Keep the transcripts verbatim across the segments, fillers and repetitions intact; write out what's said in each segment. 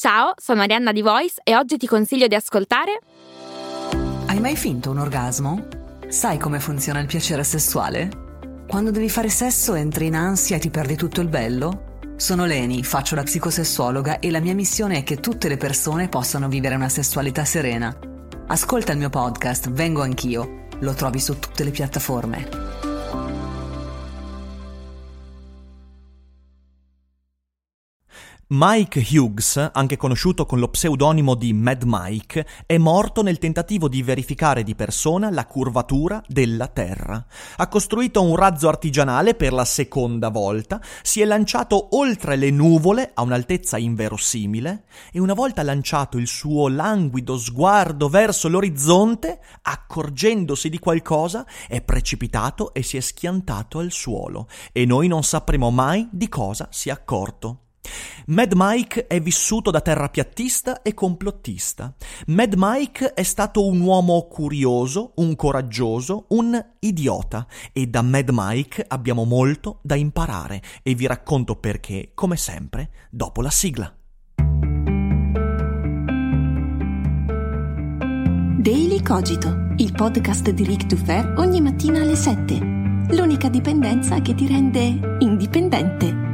Ciao, sono Arianna di Voice e oggi ti consiglio di ascoltare... Hai mai finto un orgasmo? Sai come funziona il piacere sessuale? Quando devi fare sesso entri in ansia e ti perdi tutto il bello? Sono Leni, faccio la psicosessuologa e la mia missione è che tutte le persone possano vivere una sessualità serena. Ascolta il mio podcast Vengo Anch'io, lo trovi su tutte le piattaforme. Mike Hughes, anche conosciuto con lo pseudonimo di Mad Mike, è morto nel tentativo di verificare di persona la curvatura della Terra. Ha costruito un razzo artigianale per la seconda volta, si è lanciato oltre le nuvole a un'altezza inverosimile e una volta lanciato il suo languido sguardo verso l'orizzonte, accorgendosi di qualcosa, è precipitato e si è schiantato al suolo e noi non sapremo mai di cosa si è accorto. Mad Mike è vissuto da terrapiattista e complottista. Mad Mike è stato un uomo curioso, un coraggioso, un idiota e da Mad Mike abbiamo molto da imparare e vi racconto perché, come sempre, dopo la sigla. Daily Cogito, il podcast di Rick Dufer ogni mattina alle sette. L'unica dipendenza che ti rende indipendente.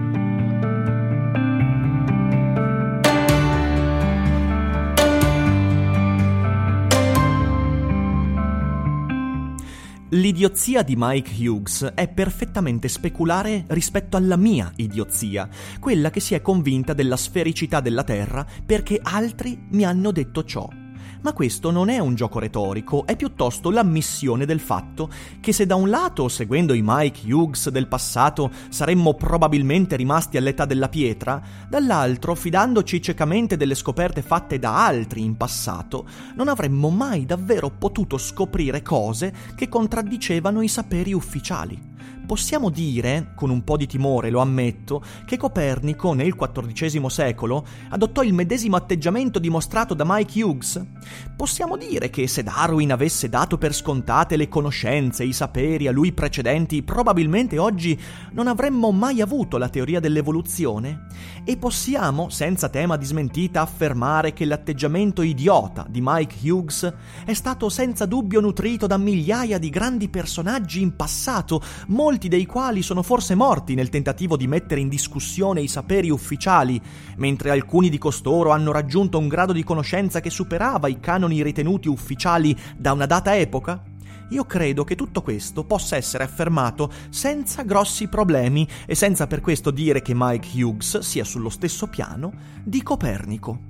L'idiozia di Mike Hughes è perfettamente speculare rispetto alla mia idiozia, quella che si è convinta della sfericità della Terra perché altri mi hanno detto ciò. Ma questo non è un gioco retorico, è piuttosto l'ammissione del fatto che se da un lato, seguendo i Mike Hughes del passato, saremmo probabilmente rimasti all'età della pietra, dall'altro, fidandoci ciecamente delle scoperte fatte da altri in passato, non avremmo mai davvero potuto scoprire cose che contraddicevano i saperi ufficiali. Possiamo dire, con un po' di timore lo ammetto, che Copernico nel quattordicesimo secolo adottò il medesimo atteggiamento dimostrato da Mike Hughes? Possiamo dire che se Darwin avesse dato per scontate le conoscenze e i saperi a lui precedenti, probabilmente oggi non avremmo mai avuto la teoria dell'evoluzione? E possiamo, senza tema di smentita, affermare che l'atteggiamento idiota di Mike Hughes è stato senza dubbio nutrito da migliaia di grandi personaggi in passato, molti dei quali sono forse morti nel tentativo di mettere in discussione i saperi ufficiali, mentre alcuni di costoro hanno raggiunto un grado di conoscenza che superava i canoni ritenuti ufficiali da una data epoca? Io credo che tutto questo possa essere affermato senza grossi problemi e senza per questo dire che Mike Hughes sia sullo stesso piano di Copernico.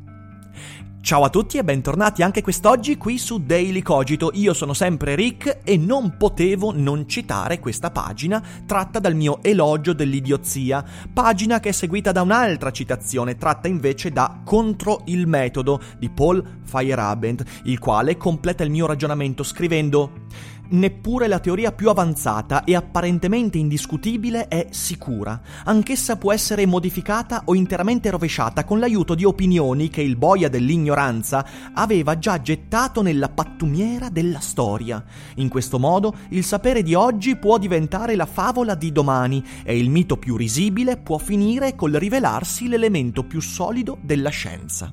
Ciao a tutti e bentornati anche quest'oggi qui su Daily Cogito. Io sono sempre Rick e non potevo non citare questa pagina tratta dal mio elogio dell'idiozia, pagina che è seguita da un'altra citazione tratta invece da Contro il metodo di Paul Feyerabend, il quale completa il mio ragionamento scrivendo: neppure la teoria più avanzata e apparentemente indiscutibile è sicura. Anch'essa può essere modificata o interamente rovesciata con l'aiuto di opinioni che il boia dell'ignoranza aveva già gettato nella pattumiera della storia. In questo modo il sapere di oggi può diventare la favola di domani e il mito più risibile può finire col rivelarsi l'elemento più solido della scienza.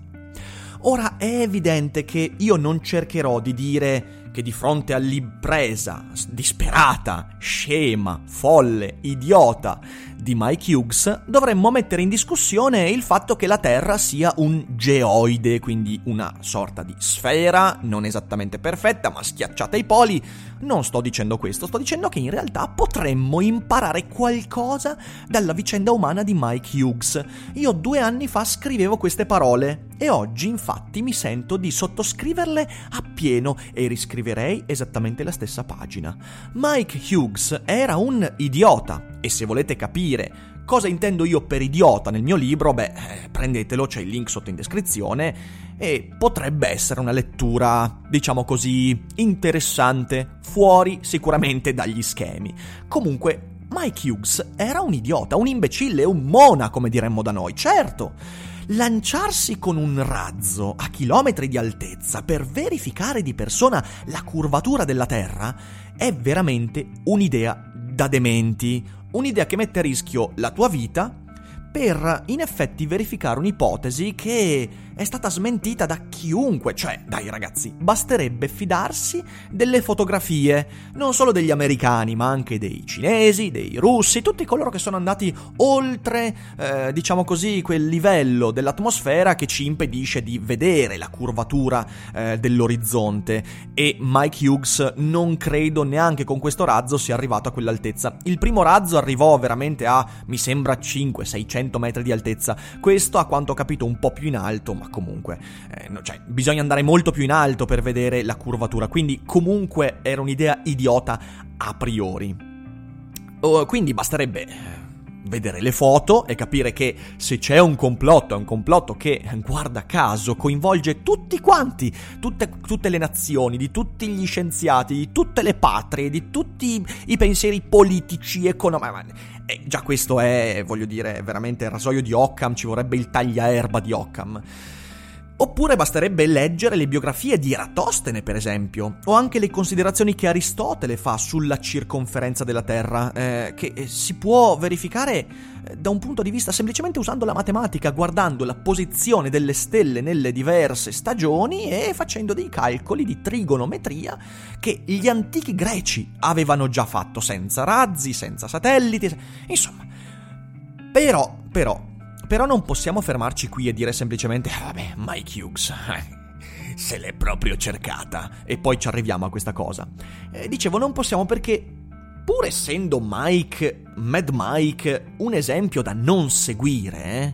Ora è evidente che io non cercherò di dire che di fronte all'impresa disperata, scema, folle, idiota di Mike Hughes dovremmo mettere in discussione il fatto che la Terra sia un geoide, quindi una sorta di sfera non esattamente perfetta ma schiacciata ai poli. Non sto dicendo questo, sto dicendo che in realtà potremmo imparare qualcosa dalla vicenda umana di Mike Hughes. Io due anni fa scrivevo queste parole e oggi infatti mi sento di sottoscriverle appieno e riscriverei esattamente la stessa pagina. Mike Hughes era un idiota e se volete capire cosa intendo io per idiota nel mio libro, beh, prendetelo, c'è il link sotto in descrizione e potrebbe essere una lettura, diciamo così, interessante, fuori sicuramente dagli schemi. Comunque, Mike Hughes era un idiota, un imbecille, un mona, come diremmo da noi, certo. Lanciarsi con un razzo a chilometri di altezza per verificare di persona la curvatura della Terra è veramente un'idea da dementi, un'idea che mette a rischio la tua vita per in effetti verificare un'ipotesi che è stata smentita da chiunque, cioè, dai ragazzi, basterebbe fidarsi delle fotografie, non solo degli americani, ma anche dei cinesi, dei russi, tutti coloro che sono andati oltre, eh, diciamo così, quel livello dell'atmosfera che ci impedisce di vedere la curvatura eh, dell'orizzonte. E Mike Hughes non credo neanche con questo razzo sia arrivato a quell'altezza. Il primo razzo arrivò veramente a, mi sembra, cinquecento seicento metri di altezza, questo a quanto ho capito un po' più in alto, ma comunque eh, no, cioè, bisogna andare molto più in alto per vedere la curvatura, quindi comunque era un'idea idiota a priori. Oh, quindi basterebbe vedere le foto e capire che se c'è un complotto, è un complotto che, guarda caso, coinvolge tutti quanti, tutte, tutte le nazioni, di tutti gli scienziati, di tutte le patrie, di tutti i pensieri politici, economici. E già questo è, voglio dire, veramente il rasoio di Occam, ci vorrebbe il tagliaerba di Occam. Oppure basterebbe leggere le biografie di Eratostene, per esempio, o anche le considerazioni che Aristotele fa sulla circonferenza della Terra, eh, che si può verificare da un punto di vista semplicemente usando la matematica, guardando la posizione delle stelle nelle diverse stagioni e facendo dei calcoli di trigonometria che gli antichi greci avevano già fatto senza razzi, senza satelliti, insomma. Però, però... Però non possiamo fermarci qui e dire semplicemente ah, vabbè, Mike Hughes, eh, se l'è proprio cercata, e poi ci arriviamo a questa cosa. Eh, dicevo, non possiamo perché, pur essendo Mike, Mad Mike, un esempio da non seguire, eh,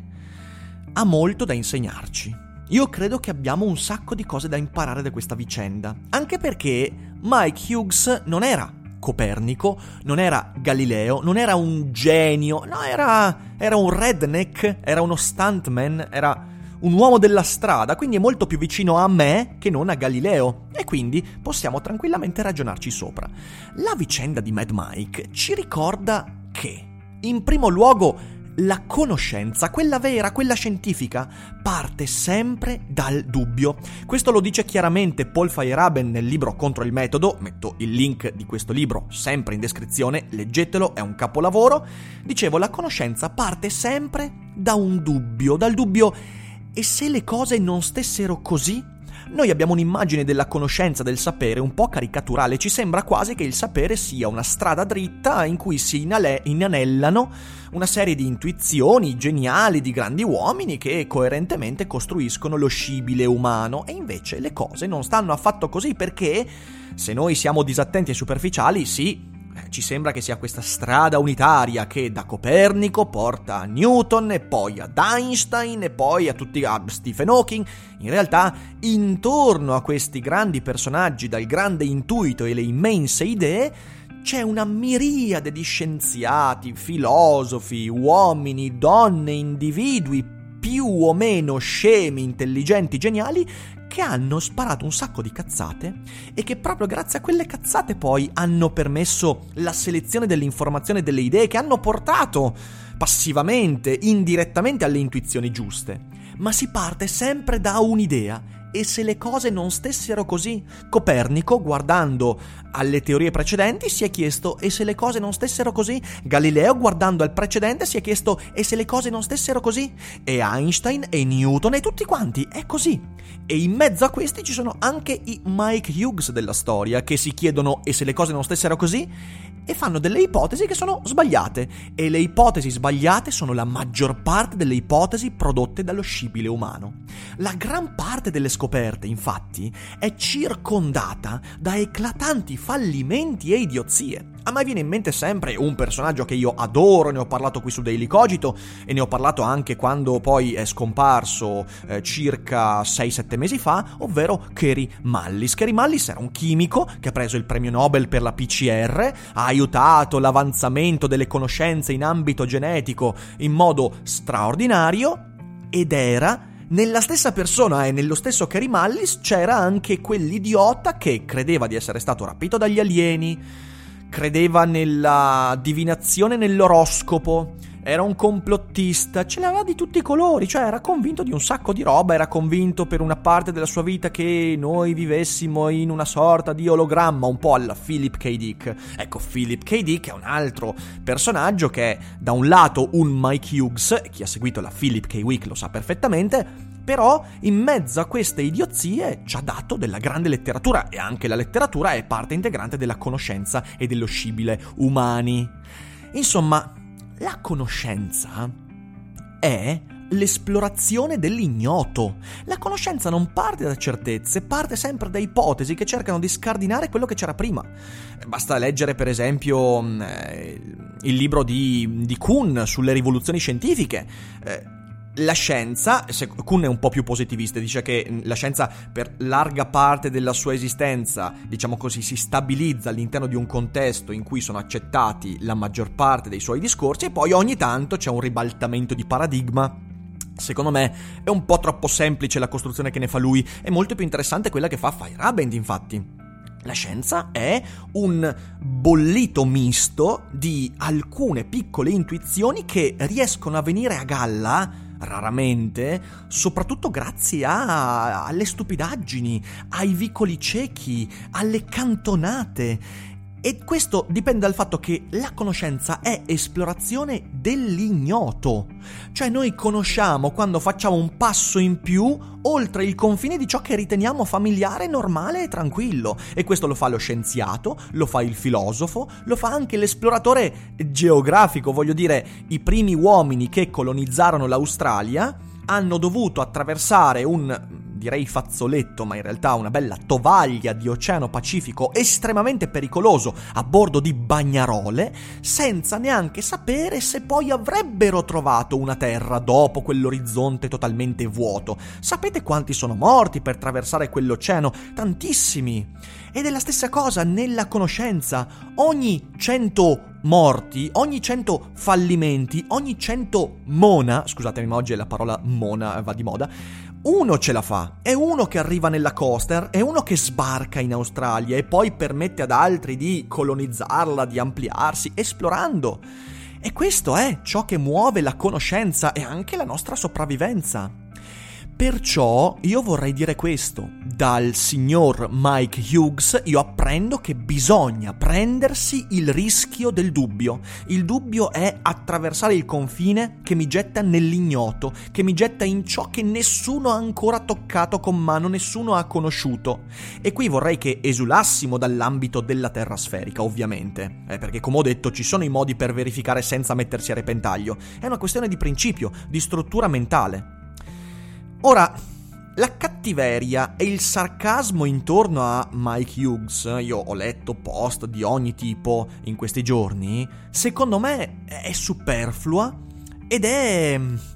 ha molto da insegnarci. Io credo che abbiamo un sacco di cose da imparare da questa vicenda, anche perché Mike Hughes non era Copernico, non era Galileo, non era un genio, no, era, era un redneck, era uno stuntman, era un uomo della strada, quindi è molto più vicino a me che non a Galileo, e quindi possiamo tranquillamente ragionarci sopra. La vicenda di Mad Mike ci ricorda che, in primo luogo, la conoscenza, quella vera, quella scientifica, parte sempre dal dubbio. Questo lo dice chiaramente Paul Feyerabend nel libro Contro il metodo, metto il link di questo libro sempre in descrizione, leggetelo, è un capolavoro. Dicevo, la conoscenza parte sempre da un dubbio, dal dubbio: e se le cose non stessero così? Noi abbiamo un'immagine della conoscenza, del sapere un po' caricaturale, ci sembra quasi che il sapere sia una strada dritta in cui si inale- inanellano una serie di intuizioni geniali di grandi uomini che coerentemente costruiscono lo scibile umano, e invece le cose non stanno affatto così, perché se noi siamo disattenti e superficiali, sì, ci sembra che sia questa strada unitaria che da Copernico porta a Newton e poi ad Einstein e poi a tutti a Stephen Hawking. In realtà, intorno a questi grandi personaggi dal grande intuito e le immense idee c'è una miriade di scienziati, filosofi, uomini, donne, individui più o meno scemi, intelligenti, geniali, che hanno sparato un sacco di cazzate e che proprio grazie a quelle cazzate poi hanno permesso la selezione dell'informazione e delle idee che hanno portato passivamente, indirettamente alle intuizioni giuste. Ma si parte sempre da un'idea. E se le cose non stessero così? Copernico, guardando alle teorie precedenti, si è chiesto: e se le cose non stessero così? Galileo, guardando al precedente, si è chiesto: e se le cose non stessero così? E Einstein e Newton e tutti quanti, è così. E in mezzo a questi ci sono anche i Mike Hughes della storia, che si chiedono: e se le cose non stessero così? E fanno delle ipotesi che sono sbagliate, e le ipotesi sbagliate sono la maggior parte delle ipotesi prodotte dallo scibile umano. La gran parte delle scoperte, infatti, è circondata da eclatanti fallimenti e idiozie. A me viene in mente sempre un personaggio che io adoro, ne ho parlato qui su Daily Cogito e ne ho parlato anche quando poi è scomparso eh, circa sei sette mesi fa, ovvero Kerry Mullis. Kerry Mullis era un chimico che ha preso il premio Nobel per la P C R, ha aiutato l'avanzamento delle conoscenze in ambito genetico in modo straordinario, ed era nella stessa persona e nello stesso Kerry Mullis c'era anche quell'idiota che credeva di essere stato rapito dagli alieni, credeva nella divinazione, nell'oroscopo, era un complottista, ce l'aveva di tutti i colori, cioè era convinto di un sacco di roba, era convinto per una parte della sua vita che noi vivessimo in una sorta di ologramma, un po' alla Philip K. Dick. Ecco, Philip K. Dick è un altro personaggio che è da un lato un Mike Hughes, chi ha seguito la Philip K. Week lo sa perfettamente, Però in mezzo a queste idiozie ci ha dato della grande letteratura, e anche la letteratura è parte integrante della conoscenza e dello scibile umani. Insomma, la conoscenza è l'esplorazione dell'ignoto. La conoscenza non parte da certezze, parte sempre da ipotesi che cercano di scardinare quello che c'era prima. Basta leggere per esempio eh, il libro di, di Kuhn sulle rivoluzioni scientifiche. Eh, La scienza, Kuhn è un po' più positivista, dice che la scienza per larga parte della sua esistenza, diciamo così, si stabilizza all'interno di un contesto in cui sono accettati la maggior parte dei suoi discorsi e poi ogni tanto c'è un ribaltamento di paradigma. Secondo me è un po' troppo semplice la costruzione che ne fa lui, è molto più interessante quella che fa Feyerabend, infatti. La scienza è un bollito misto di alcune piccole intuizioni che riescono a venire a galla raramente, soprattutto grazie a, alle stupidaggini, ai vicoli ciechi, alle cantonate. E questo dipende dal fatto che la conoscenza è esplorazione dell'ignoto. Cioè noi conosciamo quando facciamo un passo in più oltre il confine di ciò che riteniamo familiare, normale e tranquillo. E questo lo fa lo scienziato, lo fa il filosofo, lo fa anche l'esploratore geografico. Voglio dire, i primi uomini che colonizzarono l'Australia hanno dovuto attraversare un, direi fazzoletto, ma in realtà una bella tovaglia di oceano Pacifico estremamente pericoloso a bordo di bagnarole, senza neanche sapere se poi avrebbero trovato una terra dopo quell'orizzonte totalmente vuoto. Sapete quanti sono morti per attraversare quell'oceano? Tantissimi. Ed è la stessa cosa nella conoscenza. Ogni cento morti, ogni cento fallimenti, ogni cento mona, scusatemi ma oggi la parola mona va di moda, uno ce la fa, è uno che arriva nella costa, è uno che sbarca in Australia e poi permette ad altri di colonizzarla, di ampliarsi, esplorando. E questo è ciò che muove la conoscenza e anche la nostra sopravvivenza. Perciò io vorrei dire questo: dal signor Mike Hughes io apprendo che bisogna prendersi il rischio del dubbio. Il dubbio è attraversare il confine che mi getta nell'ignoto, che mi getta in ciò che nessuno ha ancora toccato con mano, nessuno ha conosciuto. E qui vorrei che esulassimo dall'ambito della terra sferica, ovviamente, eh, perché come ho detto ci sono i modi per verificare senza mettersi a repentaglio. È una questione di principio, di struttura mentale. Ora, la cattiveria e il sarcasmo intorno a Mike Hughes, io ho letto post di ogni tipo in questi giorni, secondo me è superflua ed è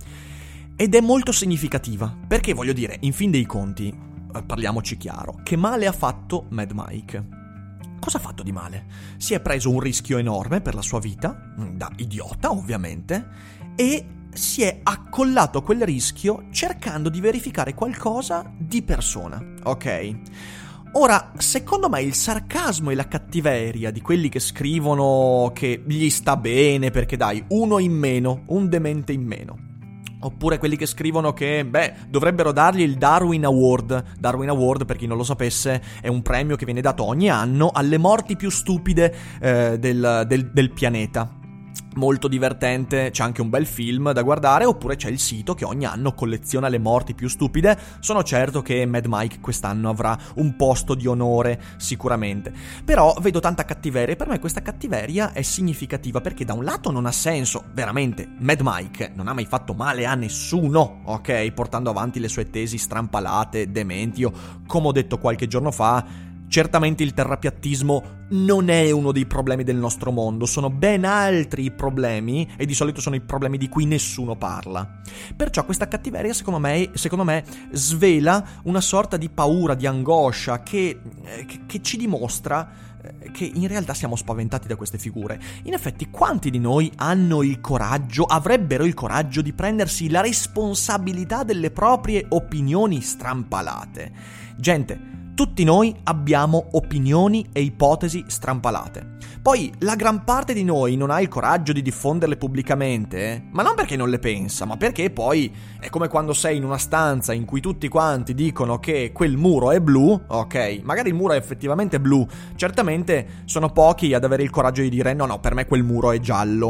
ed è molto significativa, perché voglio dire, in fin dei conti, parliamoci chiaro, che male ha fatto Mad Mike? Cosa ha fatto di male? Si è preso un rischio enorme per la sua vita, da idiota ovviamente, e si è accollato a quel rischio cercando di verificare qualcosa di persona, ok? Ora, secondo me il sarcasmo e la cattiveria di quelli che scrivono che gli sta bene perché dai, uno in meno, un demente in meno, oppure quelli che scrivono che, beh, dovrebbero dargli il Darwin Award. Darwin Award, per chi non lo sapesse, è un premio che viene dato ogni anno alle morti più stupide eh, del, del, del pianeta. Molto divertente, c'è anche un bel film da guardare, oppure c'è il sito che ogni anno colleziona le morti più stupide. Sono certo che Mad Mike quest'anno avrà un posto di onore, sicuramente. Però vedo tanta cattiveria e per me questa cattiveria è significativa perché da un lato non ha senso, veramente, Mad Mike non ha mai fatto male a nessuno, ok? Portando avanti le sue tesi strampalate, dementi. Io, come ho detto qualche giorno fa, certamente il terrapiattismo non è uno dei problemi del nostro mondo, sono ben altri i problemi e di solito sono i problemi di cui nessuno parla. Perciò questa cattiveria secondo me, secondo me svela una sorta di paura, di angoscia che, che, che ci dimostra che in realtà siamo spaventati da queste figure. In effetti, quanti di noi hanno il coraggio, avrebbero il coraggio di prendersi la responsabilità delle proprie opinioni strampalate? Gente, tutti noi abbiamo opinioni e ipotesi strampalate. Poi la gran parte di noi non ha il coraggio di diffonderle pubblicamente, eh? Ma non perché non le pensa, ma perché poi è come quando sei in una stanza in cui tutti quanti dicono che quel muro è blu, ok, magari il muro è effettivamente blu, certamente sono pochi ad avere il coraggio di dire no no, per me quel muro è giallo.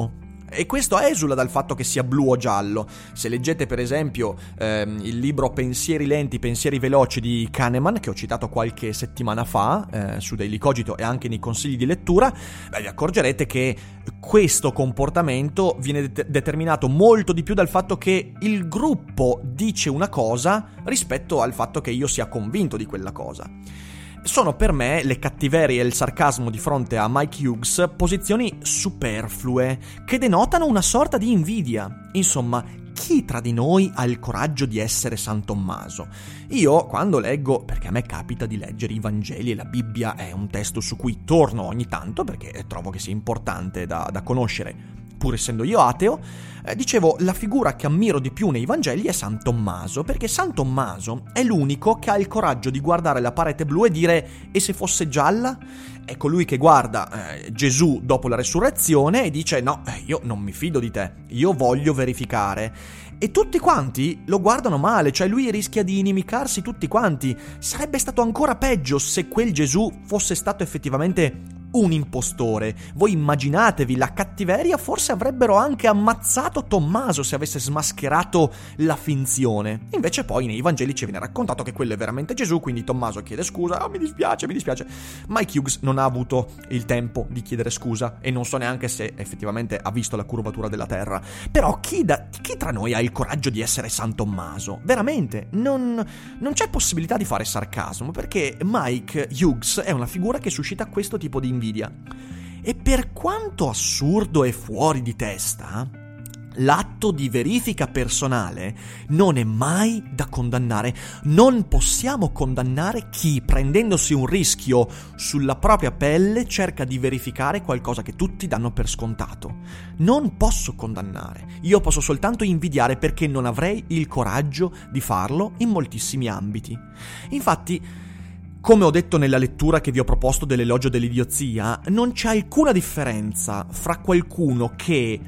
E questo esula dal fatto che sia blu o giallo. Se leggete per esempio ehm, il libro Pensieri lenti, pensieri veloci di Kahneman, che ho citato qualche settimana fa eh, su Daily Cogito e anche nei consigli di lettura, beh, vi accorgerete che questo comportamento viene det- determinato molto di più dal fatto che il gruppo dice una cosa rispetto al fatto che io sia convinto di quella cosa. Sono per me le cattiverie e il sarcasmo di fronte a Mike Hughes posizioni superflue che denotano una sorta di invidia. Insomma, chi tra di noi ha il coraggio di essere San Tommaso? Io, quando leggo, perché a me capita di leggere i Vangeli e la Bibbia è un testo su cui torno ogni tanto perché trovo che sia importante da, da conoscere, pur essendo io ateo, eh, dicevo, la figura che ammiro di più nei Vangeli è San Tommaso, perché San Tommaso è l'unico che ha il coraggio di guardare la parete blu e dire: e se fosse gialla? È colui che guarda eh, Gesù dopo la resurrezione e dice: no, eh, io non mi fido di te, io voglio verificare. E tutti quanti lo guardano male, cioè lui rischia di inimicarsi tutti quanti. Sarebbe stato ancora peggio se quel Gesù fosse stato effettivamente un impostore. Voi immaginatevi, la cattiveria forse avrebbero anche ammazzato Tommaso se avesse smascherato la finzione. Invece poi nei Vangeli ci viene raccontato che quello è veramente Gesù, quindi Tommaso chiede scusa: oh, mi dispiace, mi dispiace. Mike Hughes non ha avuto il tempo di chiedere scusa e non so neanche se effettivamente ha visto la curvatura della terra. Però chi, da, chi tra noi ha il coraggio di essere San Tommaso? Veramente, non, non c'è possibilità di fare sarcasmo, perché Mike Hughes è una figura che suscita questo tipo di invidia. E per quanto assurdo e fuori di testa, l'atto di verifica personale non è mai da condannare. Non possiamo condannare chi, prendendosi un rischio sulla propria pelle, cerca di verificare qualcosa che tutti danno per scontato. Non posso condannare. Io posso soltanto invidiare, perché non avrei il coraggio di farlo in moltissimi ambiti. Infatti, come ho detto nella lettura che vi ho proposto dell'elogio dell'idiozia, non c'è alcuna differenza fra qualcuno che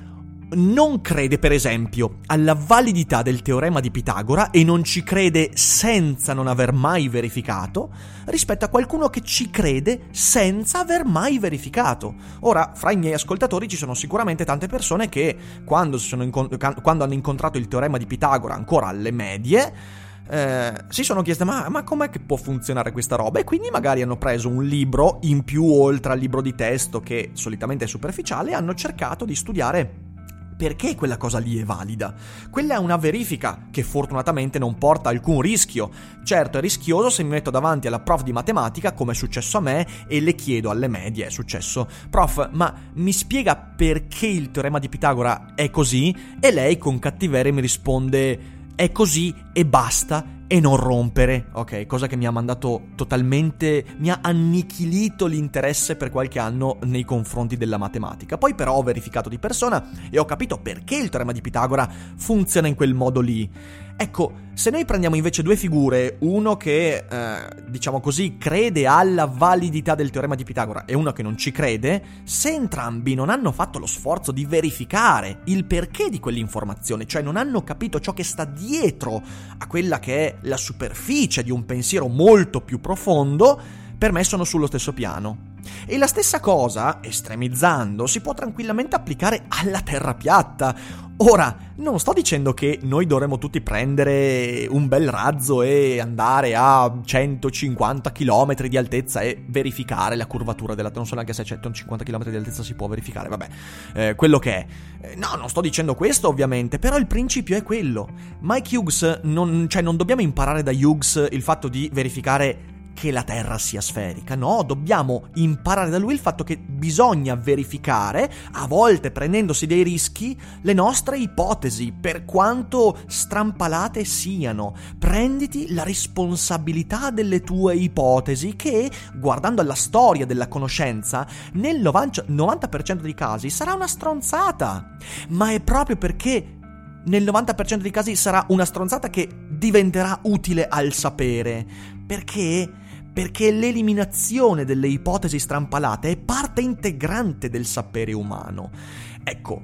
non crede, per esempio, alla validità del teorema di Pitagora e non ci crede senza non aver mai verificato, rispetto a qualcuno che ci crede senza aver mai verificato. Ora, fra i miei ascoltatori ci sono sicuramente tante persone che, quando, sono incont- quando hanno incontrato il teorema di Pitagora ancora alle medie, Eh, si sono chieste ma, ma com'è che può funzionare questa roba, e quindi magari hanno preso un libro in più oltre al libro di testo, che solitamente è superficiale, e hanno cercato di studiare perché quella cosa lì è valida. Quella è una verifica che fortunatamente non porta alcun rischio. Certo, è rischioso se mi metto davanti alla prof di matematica, come è successo a me, e le chiedo alle medie, è successo: prof, ma mi spiega perché il teorema di Pitagora è così? E lei con cattiveria mi risponde: è così e basta, e non rompere, ok? Cosa che mi ha mandato totalmente, mi ha annichilito l'interesse per qualche anno nei confronti della matematica. Poi però ho verificato di persona e ho capito perché il teorema di Pitagora funziona in quel modo lì. Ecco, se noi prendiamo invece due figure, uno che, eh, diciamo così, crede alla validità del teorema di Pitagora e uno che non ci crede, se entrambi non hanno fatto lo sforzo di verificare il perché di quell'informazione, cioè non hanno capito ciò che sta dietro a quella che è la superficie di un pensiero molto più profondo, per me sono sullo stesso piano. E la stessa cosa, estremizzando, si può tranquillamente applicare alla terra piatta. Ora, non sto dicendo che noi dovremmo tutti prendere un bel razzo e andare a centocinquanta chilometri di altezza e verificare la curvatura della terra. Non so neanche se a centocinquanta chilometri di altezza si può verificare, vabbè, eh, quello che è. Eh, no, non sto dicendo questo ovviamente, però il principio è quello. Mike Hughes, non, cioè non dobbiamo imparare da Hughes il fatto di verificare che la Terra sia sferica, no, dobbiamo imparare da lui il fatto che bisogna verificare, a volte prendendosi dei rischi, le nostre ipotesi, per quanto strampalate siano. Prenditi la responsabilità delle tue ipotesi che, guardando alla storia della conoscenza, nel novanta per cento dei casi sarà una stronzata, ma è proprio perché nel novanta per cento dei casi sarà una stronzata che diventerà utile al sapere, perché perché l'eliminazione delle ipotesi strampalate è parte integrante del sapere umano. Ecco,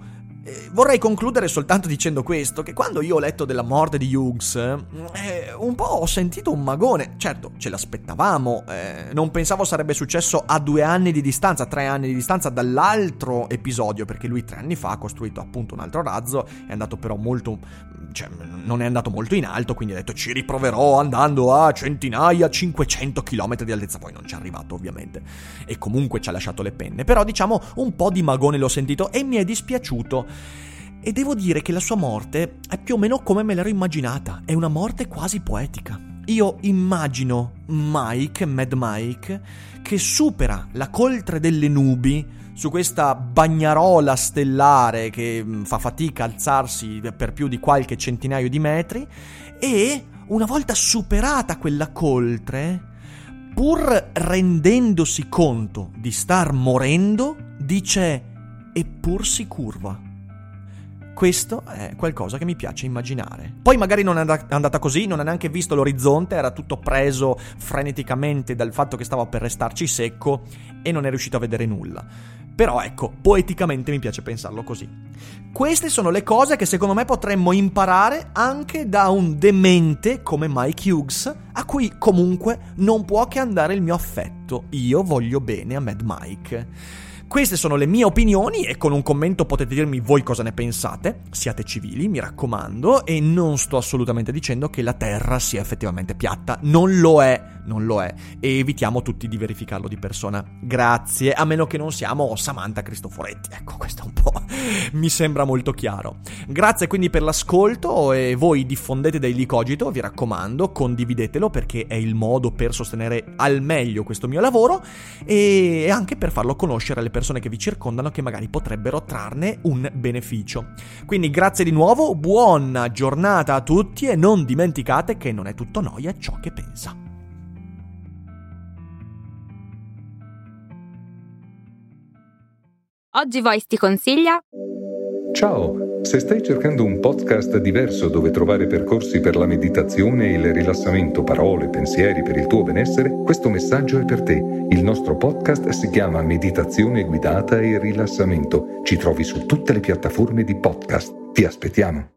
Eh, vorrei concludere soltanto dicendo questo, che quando io ho letto della morte di Hughes, eh, un po' ho sentito un magone. Certo, ce l'aspettavamo, eh, non pensavo sarebbe successo a due anni di distanza, tre anni di distanza dall'altro episodio, perché lui tre anni fa ha costruito appunto un altro razzo, è andato però molto, cioè non è andato molto in alto, quindi ha detto ci riproverò andando a centinaia, cinquecento chilometri di altezza, poi non ci è arrivato ovviamente, e comunque ci ha lasciato le penne, però diciamo un po' di magone l'ho sentito e mi è dispiaciuto. E devo dire che la sua morte è più o meno come me l'ero immaginata, è una morte quasi poetica. Io immagino Mike, Mad Mike, che supera la coltre delle nubi su questa bagnarola stellare che fa fatica a alzarsi per più di qualche centinaio di metri, e una volta superata quella coltre, pur rendendosi conto di star morendo, dice eppur si curva. Questo è qualcosa che mi piace immaginare. Poi magari non è andata così, non ha neanche visto l'orizzonte, era tutto preso freneticamente dal fatto che stava per restarci secco e non è riuscito a vedere nulla. Però ecco, poeticamente mi piace pensarlo così. Queste sono le cose che secondo me potremmo imparare anche da un demente come Mike Hughes, a cui comunque non può che andare il mio affetto. Io voglio bene a Mad Mike. Queste sono le mie opinioni e con un commento potete dirmi voi cosa ne pensate. Siate civili, mi raccomando, e non sto assolutamente dicendo che la Terra sia effettivamente piatta. Non lo è, non lo è. E evitiamo tutti di verificarlo di persona. Grazie, a meno che non siamo Samantha Cristoforetti. Ecco, questo è un po' mi sembra molto chiaro. Grazie quindi per l'ascolto e voi diffondete Daily Cogito, vi raccomando, condividetelo perché è il modo per sostenere al meglio questo mio lavoro e anche per farlo conoscere alle persone che vi circondano che magari potrebbero trarne un beneficio. Quindi grazie di nuovo, buona giornata a tutti e non dimenticate che non è tutto noia ciò che pensa. Oggi Voice ti consiglia. Ciao, se stai cercando un podcast diverso dove trovare percorsi per la meditazione e il rilassamento, parole, pensieri per il tuo benessere, questo messaggio è per te. Il nostro podcast si chiama Meditazione guidata e rilassamento. Ci trovi su tutte le piattaforme di podcast. Ti aspettiamo.